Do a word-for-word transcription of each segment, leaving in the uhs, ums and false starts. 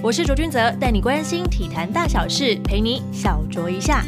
我是卓君泽，带你关心体坛大小事，陪你小酌一下。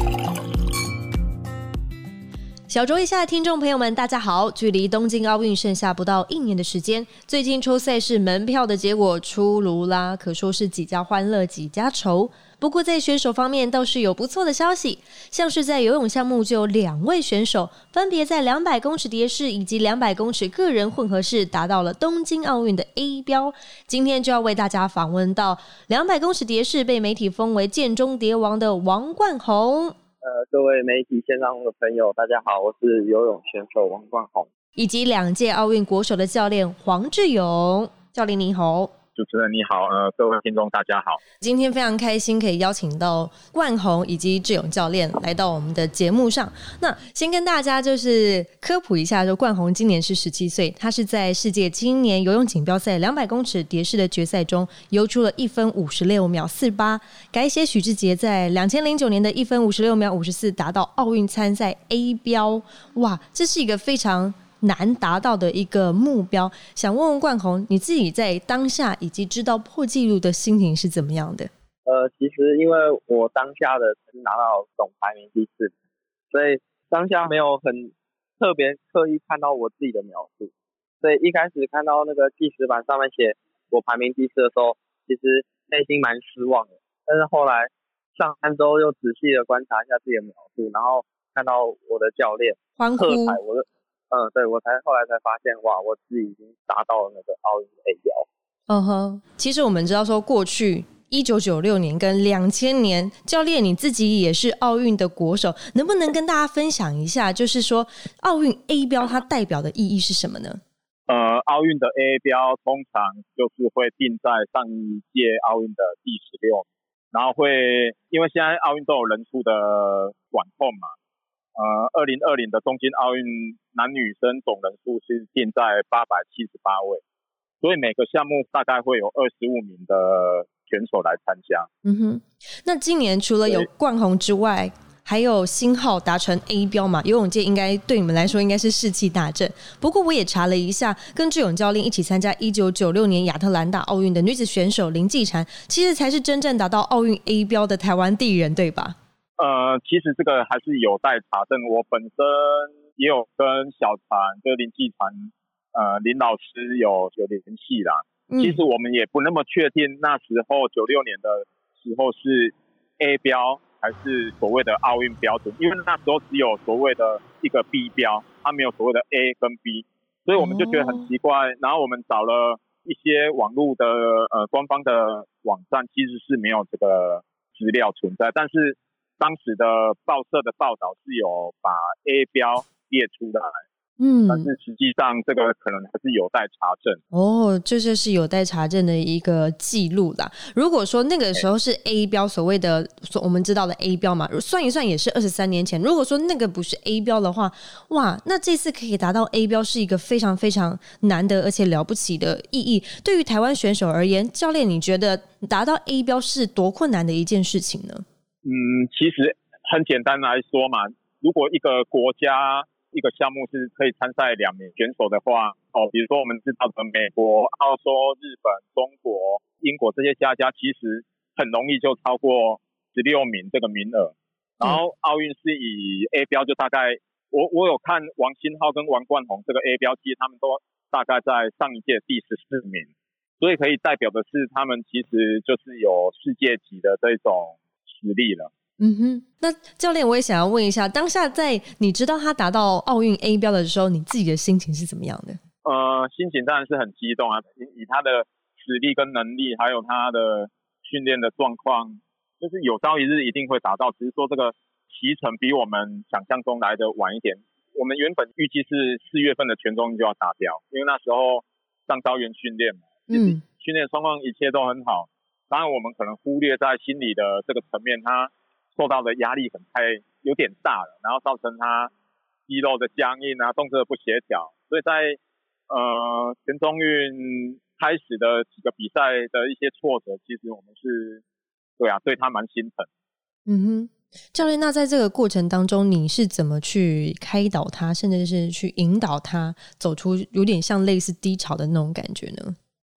小酌一下，听众朋友们大家好，距离东京奥运剩下不到一年的时间，最近抽赛事门票的结果出炉啦，可说是几家欢乐几家愁。不过在选手方面倒是有不错的消息，像是在游泳项目就有两位选手分别在两百公尺蝶式以及两百公尺个人混合式达到了东京奥运的 A 标。今天就要为大家访问到两百公尺蝶式被媒体封为建中蝶王的王冠宏。 呃，各位媒体线上的朋友大家好，我是游泳选手王冠宏， 以及两届奥运国手的教练黄志勇。教练你好。 主持人你好，呃，各位听众大家好。 今天非常开心可以邀请到冠宏以及志勇教练来到我们的节目上。那先跟大家就是科普一下，说冠宏今年是十七岁，他是在世界青年游泳锦标赛两百公尺蝶式的决赛中游出了一分五十六秒四八，改写许志杰在两千零九年的一分五十六秒五十四达到奥运参赛 A 标。哇，这是一个非常难达到的一个目标，想问问冠宏，你自己在当下以及知道破纪录的心情是怎么样的？ 呃，其实因为我当下的是拿到总排名第四，所以当下没有很特别刻意看到我自己的描述，所以一开始看到那个计时板上面写我排名第四的时候，其实内心蛮失望的。但是后来上班之后又仔细的观察一下自己的描述，然后看到我的教练欢呼喝彩我的。嗯，对，我才后来才发现，哇，我自己已经达到了那个奥运 A 标。 嗯哼，其实我们知道说，过去一九九六年跟两千年，教练你自己也是奥运的国手，能不能跟大家分享一下，就是说奥运 A 标它代表的意义是什么呢？ 呃，奥运的 A 标通常就是会定在上一届奥运的第十六名，然后会因为现在奥运都有人数的管控嘛。呃，二零二零的东京奥运男女生总人数是定在八百七十八位，所以每个项目大概会有二十五名的选手来参加。 嗯哼，那今年除了有冠宏之外，还有星浩达成 A 标嘛？游泳界应该对你们来说应该是士气大振。不过我也查了一下，跟志勇教练一起参加一九九六年亚特兰大奥运的女子选手林继婵，其实才是真正达到奥运 A 标的台湾第一人，对吧？ 呃，其实这个还是有待查证。我本身也有跟小婵，就是林继婵，呃，林老师有有联系啦。嗯、其实我们也不那么确定，那时候九六年的时候是 A 标还是所谓的奥运标准，因为那时候只有所谓的一个 B 标，它没有所谓的 A 跟 B， 所以我们就觉得很奇怪。哦、然后我们找了一些网络的呃官方的网站，其实是没有这个资料存在，但是当时的报社的报道是有把 A 标列出来，嗯，但是实际上这个可能还是有待查证。 哦，这就是有待查证的一个记录啦。如果说那个时候是 A 标，所谓的我们知道的 A 标嘛，算一算也是二十三年前。如果说那个不是 A 标的话，哇，那这次可以达到 A 标是一个非常非常难得而且了不起的意义。对于台湾选手而言，教练你觉得达到 A 标是多困难的一件事情呢？ 嗯，其实很简单来说嘛，如果一个国家一个项目是可以参赛两名选手的话，哦，比如说我们知道的美国、澳洲、日本、中国、英国这些加加，其实很容易就超过十六名这个名额。然后奥运是以 A 标，就大概我我有看王星浩跟王冠宏这个 A 标，其实他们都大概在上一届第十四名，所以可以代表的是他们其实就是有世界级的这种实力了。 嗯哼，那教练我也想要问一下，当下在你知道他达到奥运 A 标的时候，你自己的心情是怎么样的？ 呃，心情当然是很激动啊，以他的实力跟能力，还有他的训练的状况，就是有朝一日一定会达到，只是说这个期程比我们想象中来的晚一点。我们原本预计是四月份的全中运就要达标，因为那时候上高原训练嘛，嗯，训练状况一切都很好。当然我们可能忽略在心理的这个层面，他受到的压力可能太有点大了，然后造成他肌肉的僵硬啊，动作的不协调，所以在呃全中运开始的几个比赛的一些挫折，其实我们是对啊，对他蛮心疼。 嗯哼，教练，那在这个过程当中，你是怎么去开导他，甚至是去引导他走出有点像类似低潮的那种感觉呢？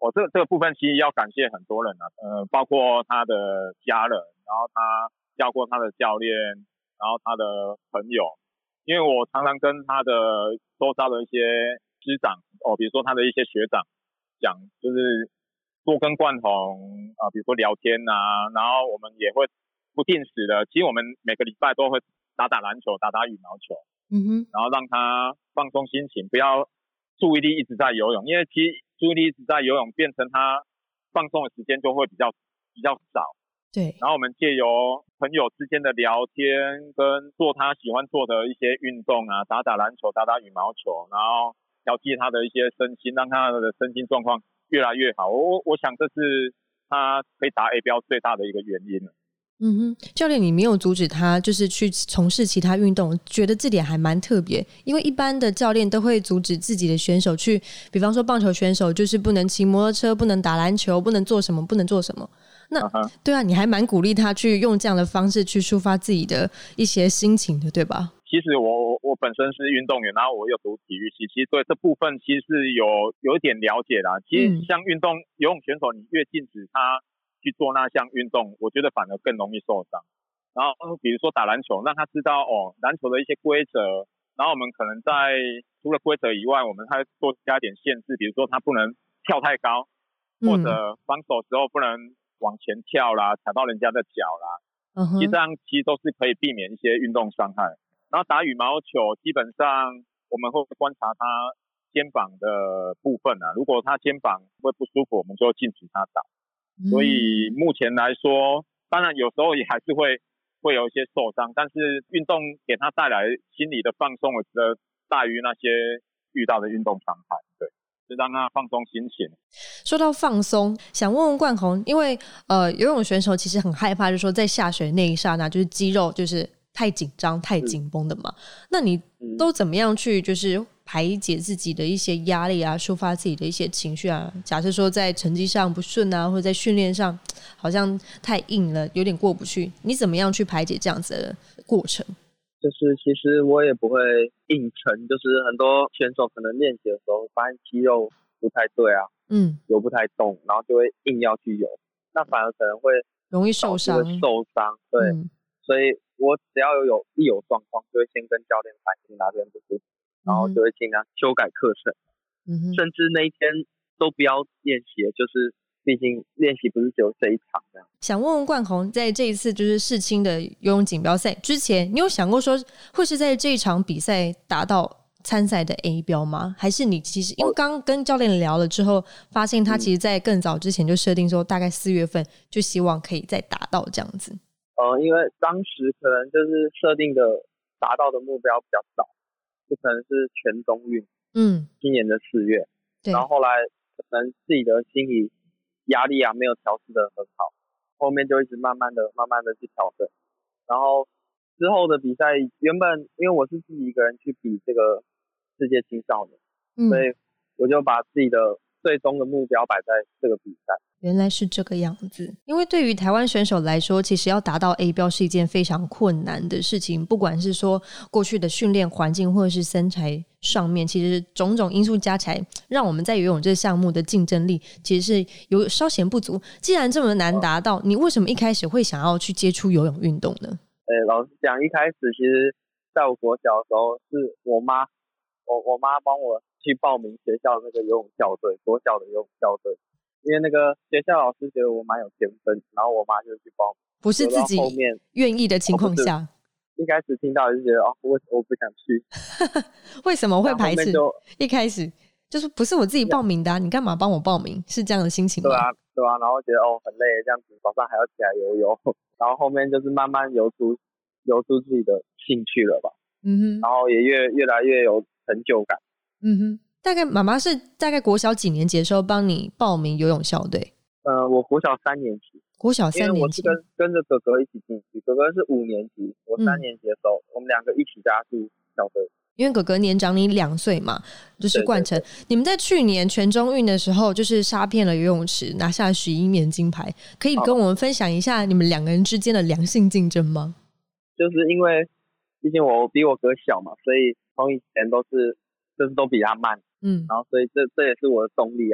我、哦、这个这个部分其实要感谢很多人啊，呃，包括他的家人，然后他教过他的教练，然后他的朋友，因为我常常跟他的周遭的一些师长哦，比如说他的一些学长讲，就是多跟冠宏啊、呃，比如说聊天啊，然后我们也会不定时的，其实我们每个礼拜都会打打篮球，打打羽毛球， 嗯哼， 然后让他放松心情，不要注意力一直在游泳，因为其实注意力一直在游泳，变成他放松的时间就会比较比较少。 对。 然后我们借由朋友之间的聊天，跟做他喜欢做的一些运动啊，打打篮球，打打羽毛球，然后调剂他的一些身心，让他的身心状况越来越好。我我想这是他可以打 A 标最大的一个原因了。 嗯哼，教练，你没有阻止他就是去从事其他运动，觉得这点还蛮特别。因为一般的教练都会阻止自己的选手去，比方说棒球选手就是不能骑摩托车，不能打篮球，不能做什么，不能做什么。那、uh-huh. 对啊，你还蛮鼓励他去用这样的方式去抒发自己的一些心情的，对吧？ 其实我我本身是运动员，然后我有读体育系，其实对这部分其实是有有一点了解的。其实像运动、嗯、游泳选手，你越禁止他去做那项运动，我觉得反而更容易受伤。然后比如说打篮球，让他知道哦篮球的一些规则，然后我们可能在除了规则以外，我们还多加点限制，比如说他不能跳太高，或者防守时候不能往前跳啦，踩到人家的脚啦。嗯、其实这样其实都是可以避免一些运动伤害。然后打羽毛球，基本上我们会观察他肩膀的部分啊，如果他肩膀会不舒服，我们就禁止他打。所以目前来说，当然有时候也还是会会有一些受伤，但是运动给他带来心理的放松，我觉得大于那些遇到的运动伤害。对，就让他放松心情。 说到放松，想问问冠宏，因为呃游泳选手其实很害怕，就是说在下水那一刹那，就是肌肉就是太紧张、太紧绷的嘛。那你都怎么样去就是排解自己的一些压力啊，抒发自己的一些情绪啊？假设说在成绩上不顺啊，或者在训练上好像太硬了，有点过不去，你怎么样去排解这样子的过程？ 就是其实我也不会硬撑，就是很多选手可能练习的时候发现肌肉不太对啊，嗯，游不太动，然后就会硬要去游，那反而可能会容易受伤， 受伤，对、嗯，所以我只要有一有状况，就会先跟教练反映哪边不舒服，然后就会尽量修改课程，嗯，甚至那一天都不要练习，就是毕竟练习不是只有这一场这样。 想问问冠宏，在这一次就是世青的游泳锦标赛之前，你有想过说会是在这一场比赛达到参赛的 A 标吗？还是你其实因为刚跟教练聊了之后，发现他其实在更早之前就设定说大概四月份就希望可以再达到这样子？ 呃，因为当时可能就是设定的达到的目标比较少，就可能是全中运，嗯，今年的四月，然后后来可能自己的心理压力啊没有调试的很好，后面就一直慢慢的慢慢的去调整，然后之后的比赛原本因为我是自己一个人去比这个世界青少年、嗯、所以我就把自己的最终的目标摆在这个比赛。 原来是这个样子。因为对于台湾选手来说，其实要达到 A 标是一件非常困难的事情，不管是说过去的训练环境或者是身材上面，其实种种因素加起来让我们在游泳这个项目的竞争力其实是有稍显不足。既然这么难达到，你为什么一开始会想要去接触游泳运动呢？ 欸、老实讲，一开始其实在我国小的时候是我妈我我妈帮我去报名学校那个游泳校队，国小的游泳校队，因为那个学校老师觉得我蛮有天分，然后我妈就去报名。 不是自己愿意的情况下、哦、 一开始听到就觉得哦，我我不想去。 为什么会排斥？一开始就是不是我自己报名的、啊、你干嘛帮我报名？是这样的心情吗？ 对啊对啊，然后觉得哦很累，这样子早上还要起来游泳，然后后面就是慢慢游出游出自己的兴趣了吧。嗯哼，然后也越越来越有成就感。 嗯哼，大概妈妈是大概国小几年级的时候帮你报名游泳校队？ 呃，我国小三年级。国小三年级，因为我是跟跟着哥哥一起进去，哥哥是五年级，我三年级的时候、嗯、我们两个一起加入校队。 因为哥哥年长你两岁嘛，就是冠成。你们在去年全中运的时候，就是杀遍了游泳池，拿下十一面金牌。可以跟我们分享一下你们两个人之间的良性竞争吗？ 就是因为毕竟我比我哥小嘛，所以从以前都是就是都比他慢，嗯，然后所以这这也是我的动力啊。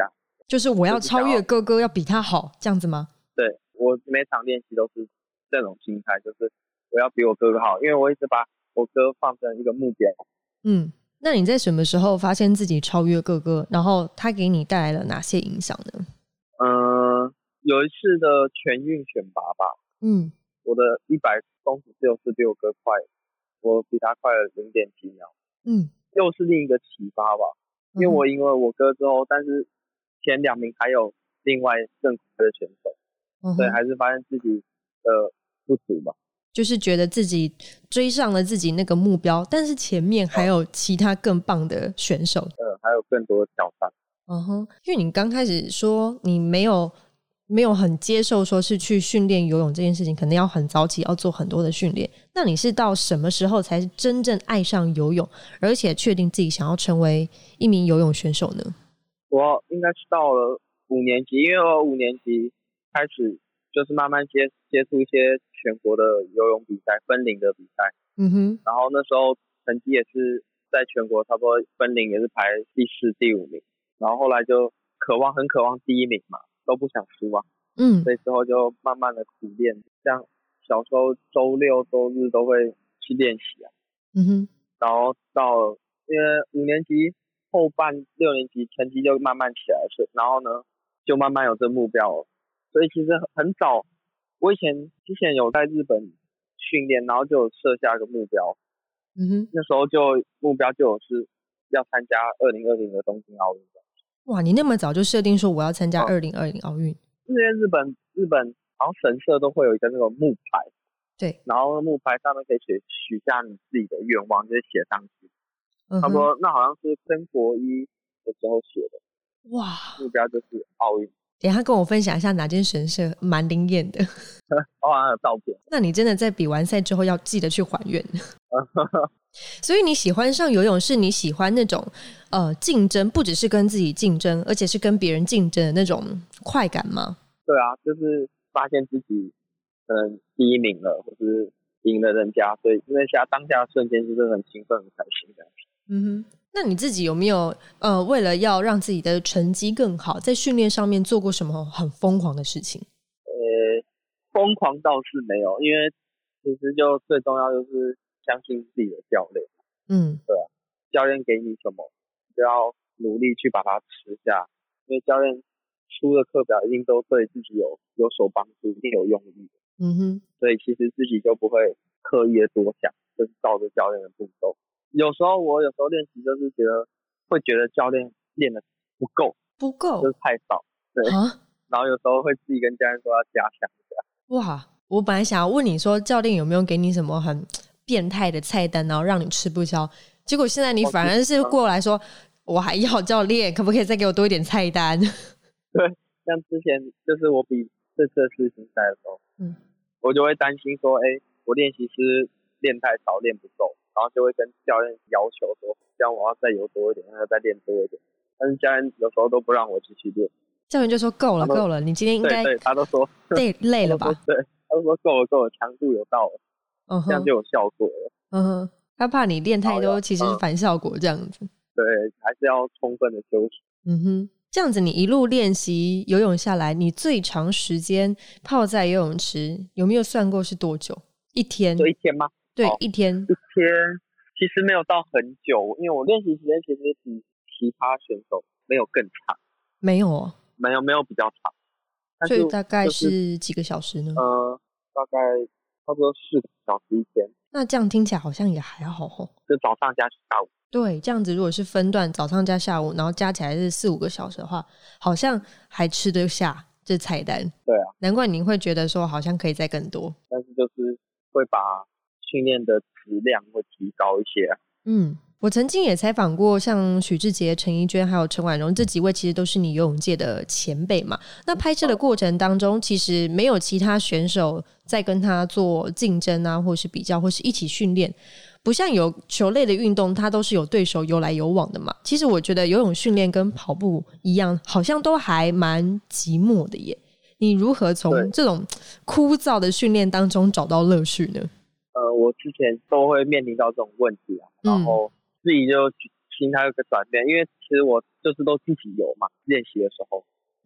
就是我要超越哥哥，要比他好，这样子吗？ 对，我每场练习都是这种心态，就是我要比我哥哥好，因为我一直把我哥放成一个目标。 嗯，那你在什么时候发现自己超越哥哥，然后他给你带来了哪些影响呢？ 嗯、呃，有一次的全运选拔吧， 嗯， 我的一百公尺自由式比我哥快，我比他快了零点几秒。 嗯， 又是另一个启发吧，因为我赢了我哥之后，但是前两名还有另外更快的选手，嗯、所以还是发现自己的不足吧。 就是觉得自己追上了自己那个目标，但是前面还有其他更棒的选手， 呃，还有更多的挑战。 嗯哼，因为你刚开始说你没有没有很接受说是去训练游泳这件事情，可能要很早起要做很多的训练。那你是到什么时候才是真正爱上游泳，而且确定自己想要成为一名游泳选手呢？ 我应该是到了五年级，因为我五年级开始就是慢慢接接触一些全国的游泳比赛、分龄的比赛。 嗯哼， 然后那时候成绩也是在全国差不多分龄也是排第四、第五名。然后后来就渴望很渴望第一名嘛，都不想输啊。 嗯， 所以之后就慢慢的苦练，像小时候周六周日都会去练习啊。 嗯哼， 然后到因为五年级后半六年级成绩就慢慢起来了，然后呢就慢慢有这目标了。所以其实很早，我以前之前有在日本训练，然后就有设下一个目标。 嗯哼， 那时候就目标就有是要参加二零二零的东京奥运。 哇，你那么早就设定说我要参加二零二零奥运？ 因为日本日本好像神社都会有一个那个木牌， 对， 然后木牌上面可以写许下你自己的愿望，就是写上去。 嗯、 他说那好像是升国一的时候写的。 哇， 目标就是奥运。 等一下跟我分享一下哪间神社蛮灵验的。 好像有照片。 那你真的在比完赛之后要记得去还愿。所以你喜欢上游泳是你喜欢那种呃竞争，不只是跟自己竞争，而且是跟别人竞争的那种快感吗？ 对啊，就是发现自己可能第一名了，或是赢了人家，所以那下当下的瞬间就真的很兴奋很开心这样。 嗯哼，那你自己有没有呃为了要让自己的成绩更好，在训练上面做过什么很疯狂的事情？ 呃，疯狂倒是没有，因为其实就最重要就是相信自己的教练。 嗯， 对啊，教练给你什么，你就要努力去把它吃下，因为教练出的课表一定都对自己有有所帮助，一定有用意的。 嗯哼， 所以其实自己就不会刻意的多想，就是照着教练的步骤。有时候我有时候练习就是觉得会觉得教练练的不够， 不够， 就是太少，对。然后有时候会自己跟教练说要加强一下。 哇，我本来想要问你说教练有没有给你什么很变态的菜单，然后让你吃不消，结果现在你反而是过来说、哦、我还要教练可不可以再给我多一点菜单。 对，像之前就是我比这次的世锦赛的时候，嗯，我就会担心说哎、欸，我练习师练太少练不够，然后就会跟教练要求说这样我要再游多一点，要再练多一点，但是教练有时候都不让我继续练， 教练就说够了够了，你今天应该对对，他都说累累了吧？ 对，他都说够了够了，强度有到了，嗯，这样就有效果了。 嗯哼，他怕你练太多，其实是反效果这样子。 对，还是要充分的休息。 嗯哼，这样子你一路练习游泳下来，你最长时间泡在游泳池有没有算过是多久？一天？ 就一天吗？ 对， 哦、 一天。 一天其实没有到很久，因为我练习时间其实比其他选手没有更长。 没有哦， 没有没有比较长， 所以大概是几个小时呢？ 呃，大概差不多四个小时一天。 那这样听起来好像也还好哦。 就早上加下午。 对，这样子如果是分段，早上加下午，然后加起来是四五个小时的话，好像还吃得下这菜单。 对啊， 难怪您会觉得说好像可以再更多。 但是就是会把训练的质量会提高一些啊。 嗯。我曾经也采访过像许志杰、陈怡娟还有陈婉容这几位，其实都是你游泳界的前辈嘛。那拍摄的过程当中，其实没有其他选手在跟他做竞争啊，或是比较，或是一起训练。不像有球类的运动，它都是有对手游来游往的嘛。其实我觉得游泳训练跟跑步一样，好像都还蛮寂寞的耶。你如何从这种枯燥的训练当中找到乐趣呢？ 呃，我之前都会面临到这种问题啊，然后、嗯。自己就心态有个转变，因为其实我就是都自己游嘛，练习的时候，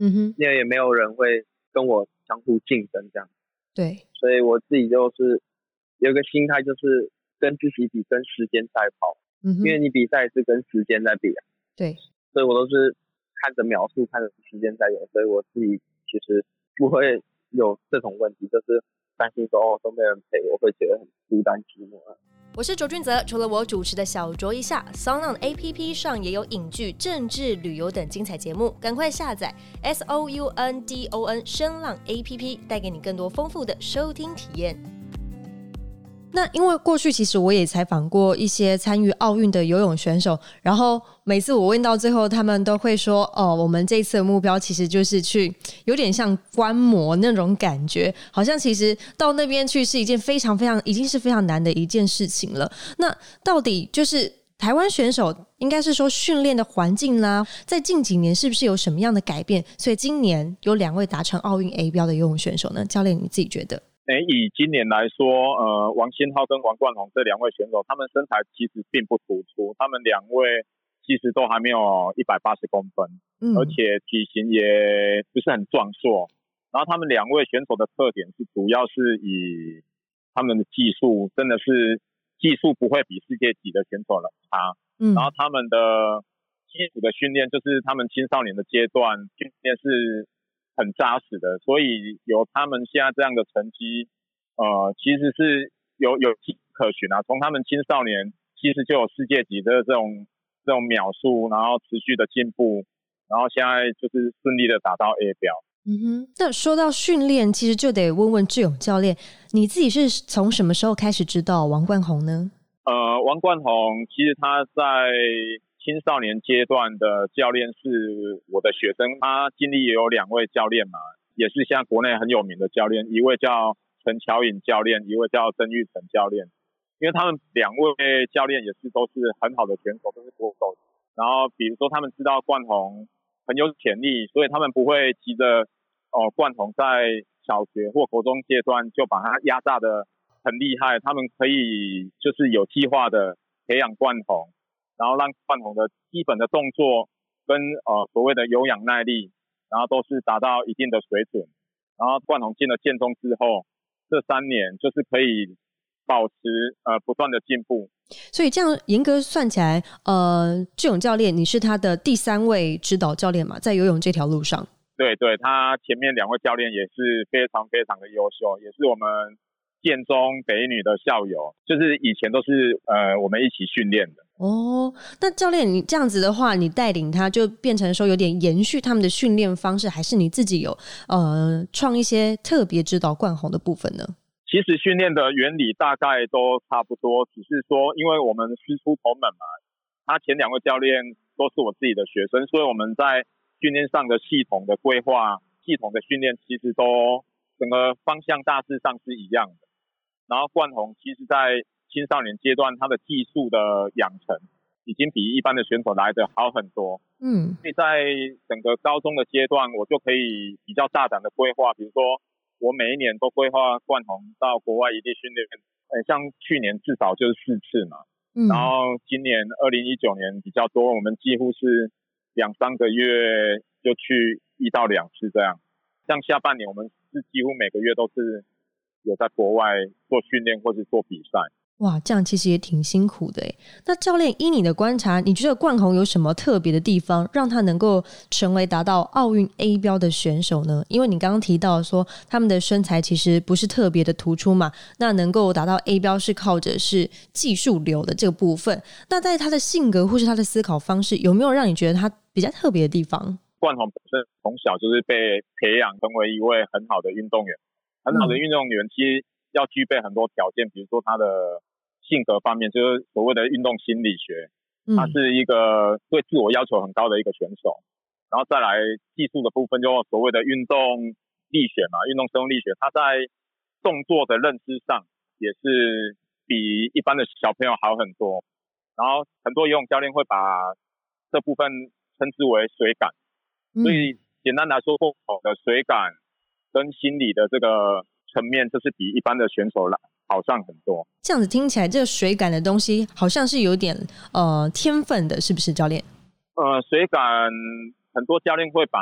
嗯哼， 因为也没有人会跟我相互竞争这样。 对， 所以我自己就是有一个心态，就是跟自己比，跟时间赛跑。嗯哼，因为你比赛是跟时间在比啊。 对， 所以我都是看着秒数，看着时间在游，所以我自己其实不会有这种问题，就是担心说哦都没人陪，我会觉得很孤单寂寞啊。 我是卓俊泽，除了我主持的小酌一下 SoundOn A P P 上也有影剧、政治、旅游等精彩节目，赶快下载 S O U N D O N 声浪 A P P， 带给你更多丰富的收听体验。那因为过去其实我也采访过一些参与奥运的游泳选手，然后每次我问到最后，他们都会说哦，我们这一次的目标其实就是去有点像观摩那种感觉，好像其实到那边去是一件非常非常已经是非常难的一件事情了。那到底就是台湾选手应该是说训练的环境啦，在近几年是不是有什么样的改变？所以今年有两位达成奥运 A 标的游泳选手呢？教练你自己觉得？ 诶，以今年来说，呃，王新浩跟王冠宏这两位选手，他们身材其实并不突出，他们两位其实都还没有一百八十公分，嗯，而且体型也不是很壮硕。然后他们两位选手的特点是，主要是以他们的技术，真的是技术不会比世界级的选手差。嗯，然后他们的基础的训练，就是他们青少年的阶段训练是很扎实的，所以有他们现在这样的成绩，呃，其实是有有迹可循啊。从他们青少年其实就有世界级的这种这种秒数，然后持续的进步，然后现在就是顺利的达到 A 标。 嗯哼，那说到训练，其实就得问问志勇教练，你自己是从什么时候开始知道王冠宏呢？ 呃，王冠宏其实他在青少年阶段的教练是我的学生，他经历也有两位教练嘛，也是现在国内很有名的教练，一位叫陈乔颖教练，一位叫曾玉成教练。因为他们两位教练也是都是很好的选手，都是国手。然后比如说他们知道冠宏很有潜力，所以他们不会急着哦、呃，冠宏在小学或国中阶段就把他压榨的很厉害，他们可以就是有计划的培养冠宏。然后让冠宏的基本的动作跟呃所谓的有氧耐力，然后都是达到一定的水准。然后冠宏进了建中之后，这三年就是可以保持呃不断的进步。 所以这样严格算起来，呃，志勇教练你是他的第三位指导教练嘛，在游泳这条路上。 对对，他前面两位教练也是非常非常的优秀，也是我们建中北一女的校友，就是以前都是呃我们一起训练的。 哦，那教练你这样子的话，你带领他就变成说有点延续他们的训练方式，还是你自己有呃创一些特别指导冠宏的部分呢？ 其实训练的原理大概都差不多，只是说因为我们师出同门嘛，他前两位教练都是我自己的学生，所以我们在训练上的系统的规划、系统的训练，其实都整个方向大致上是一样的。然后冠宏其实在青少年阶段，他的技术的养成已经比一般的选手来得好很多。嗯，所以在整个高中的阶段，我就可以比较大胆的规划，比如说我每一年都规划冠宏到国外异地训练，呃，像去年至少就是四次嘛。嗯，然后今年二零一九年比较多，我们几乎是两三个月就去一到两次这样。像下半年我们是几乎每个月都是有在国外做训练或是做比赛。 哇，这样其实也挺辛苦的耶。那教练依你的观察，你觉得冠宏有什么特别的地方让他能够成为达到奥运 A 标的选手呢？因为你刚刚提到说他们的身材其实不是特别的突出嘛，那能够达到 A 标是靠着是技术流的这个部分。那在他的性格或是他的思考方式，有没有让你觉得他比较特别的地方？ 冠宏本身从小就是被培养成为一位很好的运动员，很好的运动员其实要具备很多条件，比如说他的性格方面，就是所谓的运动心理学，他是一个对自我要求很高的一个选手。然后再来技术的部分，就所谓的运动力学嘛，运动生物力学，他在动作的认知上也是比一般的小朋友好很多。然后很多游泳教练会把这部分称之为水感，所以简单来说，好的水感跟心理的这个层面，就是比一般的选手来好上很多。 这样子听起来，这个水感的东西好像是有点呃天分的，是不是教练？ 呃，水感很多教练会把它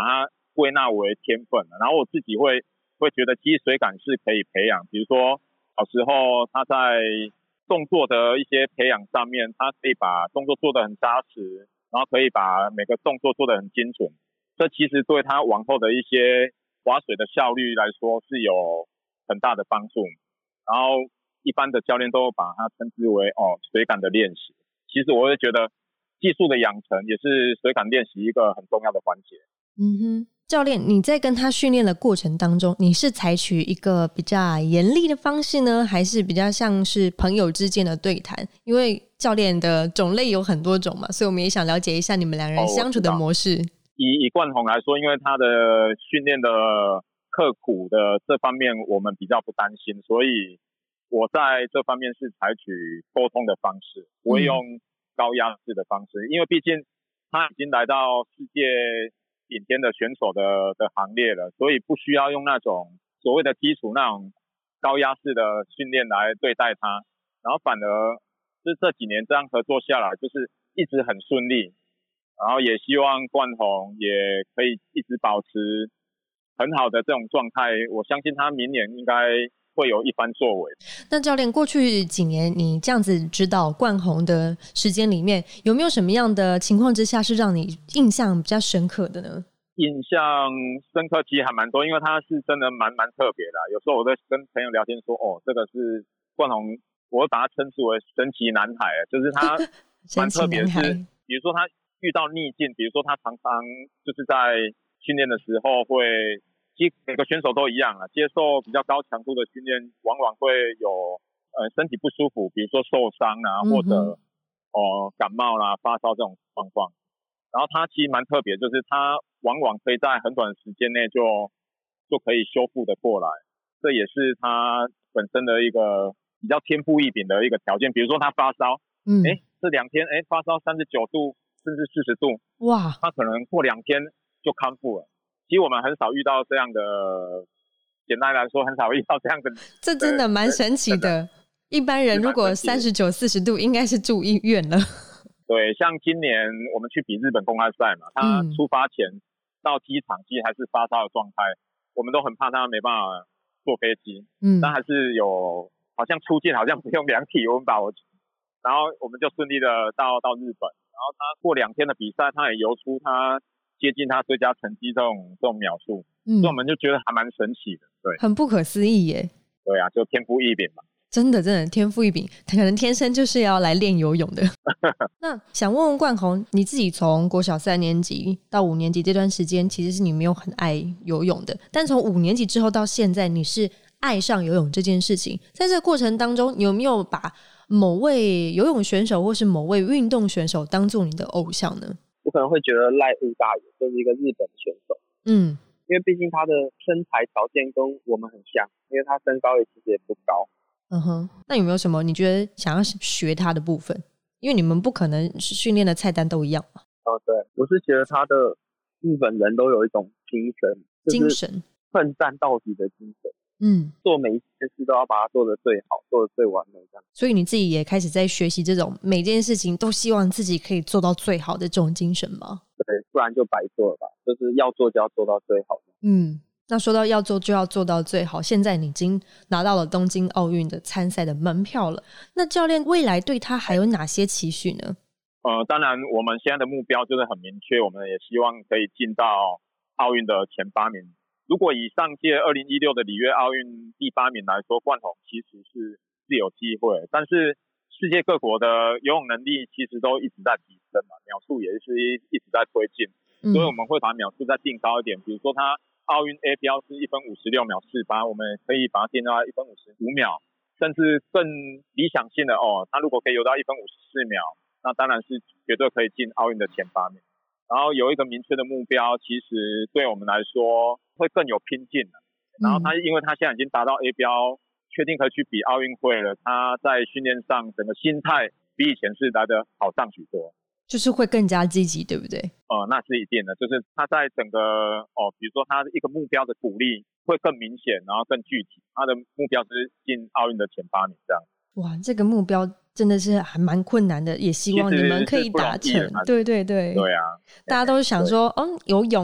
归纳为天分了。然后我自己会会觉得，其实水感是可以培养，比如说小时候他在动作的一些培养上面，他可以把动作做得很扎实，然后可以把每个动作做得很精准。这其实对他往后的一些划水的效率来说是有很大的帮助。然后一般的教练都把它称之为哦水感的练习。其实我会觉得技术的养成也是水感练习一个很重要的环节。 嗯哼，教练，你在跟他训练的过程当中，你是采取一个比较严厉的方式呢，还是比较像是朋友之间的对谈？因为教练的种类有很多种嘛，所以我们也想了解一下你们两人相处的模式。 哦、以以冠宏来说，因为他的训练的刻苦的这方面我们比较不担心，所以我在这方面是采取沟通的方式，不会用高压式的方式、嗯、因为毕竟他已经来到世界顶尖的选手的的行列了，所以不需要用那种所谓的基础那种高压式的训练来对待他，然后反而是这几年这样合作下来就是一直很顺利，然后也希望冠宏也可以一直保持很好的这种状态，我相信他明年应该会有一番作为。 那教练，过去几年你这样子指导冠宏的时间里面，有没有什么样的情况之下是让你印象比较深刻的呢？ 印象深刻其实还蛮多，因为他是真的蛮蛮特别的、啊、有时候我在跟朋友聊天说，哦，这个是冠宏，我会把他称之为神奇男孩，就是他蛮特别的是比如说他遇到逆境，比如说他常常就是在训练的时候会，其实每个选手都一样啊，接受比较高强度的训练往往会有呃身体不舒服，比如说受伤啊，或者、呃、感冒啦、发烧这种状况。然后他其实蛮特别，就是他往往可以在很短的时间内就就可以修复的过来，这也是他本身的一个比较天赋异禀的一个条件。比如说他发烧，嗯，哎，这两天哎发烧三十九度甚至四十度，哇，他可能过两天就康复了。其实我们很少遇到这样的，简单来说很少遇到这样的， 这真的蛮神奇的。一般人如果三十九、四十度，应该是住医院了。 对，像今年我们去比日本公开赛嘛，他出发前到机场其实还是发烧的状态，我们都很怕他没办法坐飞机，嗯，但还是有好像出境好像不用量体温吧，我，然后我们就顺利的到到日本，然后他过两天的比赛，他也游出他接近他最佳成绩这种这种秒数，嗯，所以我们就觉得还蛮神奇的，对， 很不可思议耶。 对啊，就天赋异禀嘛。 真的真的天赋异禀，可能天生就是要来练游泳的。那想问问冠宏，你自己从国小三年级到五年级这段时间，其实是你没有很爱游泳的，但从五年级之后到现在，你是爱上游泳这件事情。在这个过程当中，你有没有把某位游泳选手或是某位运动选手当做你的偶像呢？ 我可能会觉得赖务大爷就是一个日本选手，嗯，因为毕竟他的身材条件跟我们很像，因为他身高也其实也不高。 嗯哼，那有没有什么你觉得想要学他的部分？因为你们不可能训练的菜单都一样嘛。 哦，对，我是觉得他的日本人都有一种精神， 精神奋战到底的精神。嗯，做每一件事都要把它做得最好，做得最完美这样。 所以你自己也开始在学习这种每件事情都希望自己可以做到最好的这种精神吗？ 对，不然就白做了吧，就是要做就要做到最好的。 嗯。那说到要做就要做到最好，现在你已经拿到了东京奥运的参赛的门票了，那教练未来对他还有哪些期许呢？ 呃，当然我们现在的目标就是很明确，我们也希望可以进到奥运的前八名。如果以上届二零一六的里约奥运第八名来说，冠宏其实是是有机会，但是世界各国的游泳能力其实都一直在提升嘛，秒数也是一直在推进，所以我们会把秒数再定高一点，比如说他奥运 A 标是一分五十六秒四八，我们可以把它定到一分五十五秒，甚至更理想性的哦，他如果可以游到一分五十四秒，那当然是绝对可以进奥运的前八名。然后有一个明确的目标，其实对我们来说会更有拼劲了。然后他因为他现在已经达到 A 标，确定可以去比奥运会了，他在训练上整个心态比以前是来得好上许多。 就是会更加积极，对不对？ 呃，那是一定的，就是他在整个哦，比如说他一个目标的鼓励会更明显，然后更具体。他的目标是进奥运的前八名这样。 哇，这个目标真的是还蛮困难的，也希望你们可以达成。对对对， 对啊， 大家都想说，嗯，游泳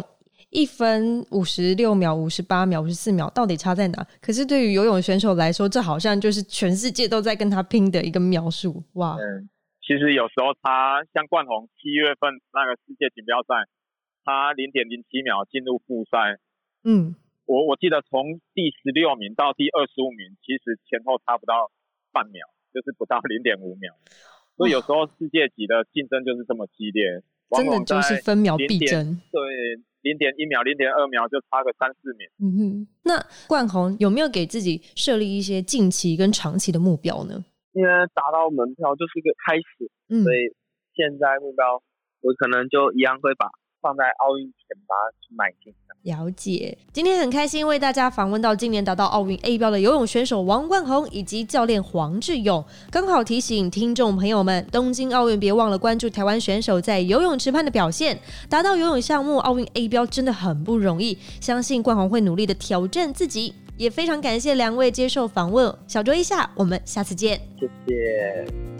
一分五十六秒、五十八秒、五十四秒到底差在哪？可是对于游泳选手来说，这好像就是全世界都在跟他拼的一个秒数。哇！ 嗯，其实有时候他像冠宏七月份那个世界锦标赛，他零点零七秒进入复赛。 嗯， 我我记得从第十六名到第二十五名，其实前后差不到半秒，就是不到零点五秒。所以有时候世界级的竞争就是这么激烈， 真的就是分秒必争。 对，零点一秒、零点二秒就差个三四秒。 嗯哼，那冠宏有没有给自己设立一些近期跟长期的目标呢？ 因为达到门票就是个开始， 嗯， 所以现在目标我可能就一样会把放在奥运前把它去迈进。 了解，今天很开心为大家访问到今年达到奥运 A 标的游泳选手王冠宏以及教练黄志勇。刚好提醒听众朋友们，东京奥运别忘了关注台湾选手在游泳池畔的表现，达到游泳项目奥运 A 标真的很不容易，相信冠宏会努力的挑战自己。也非常感谢两位接受访问，小酌一下，我们下次见。 谢谢。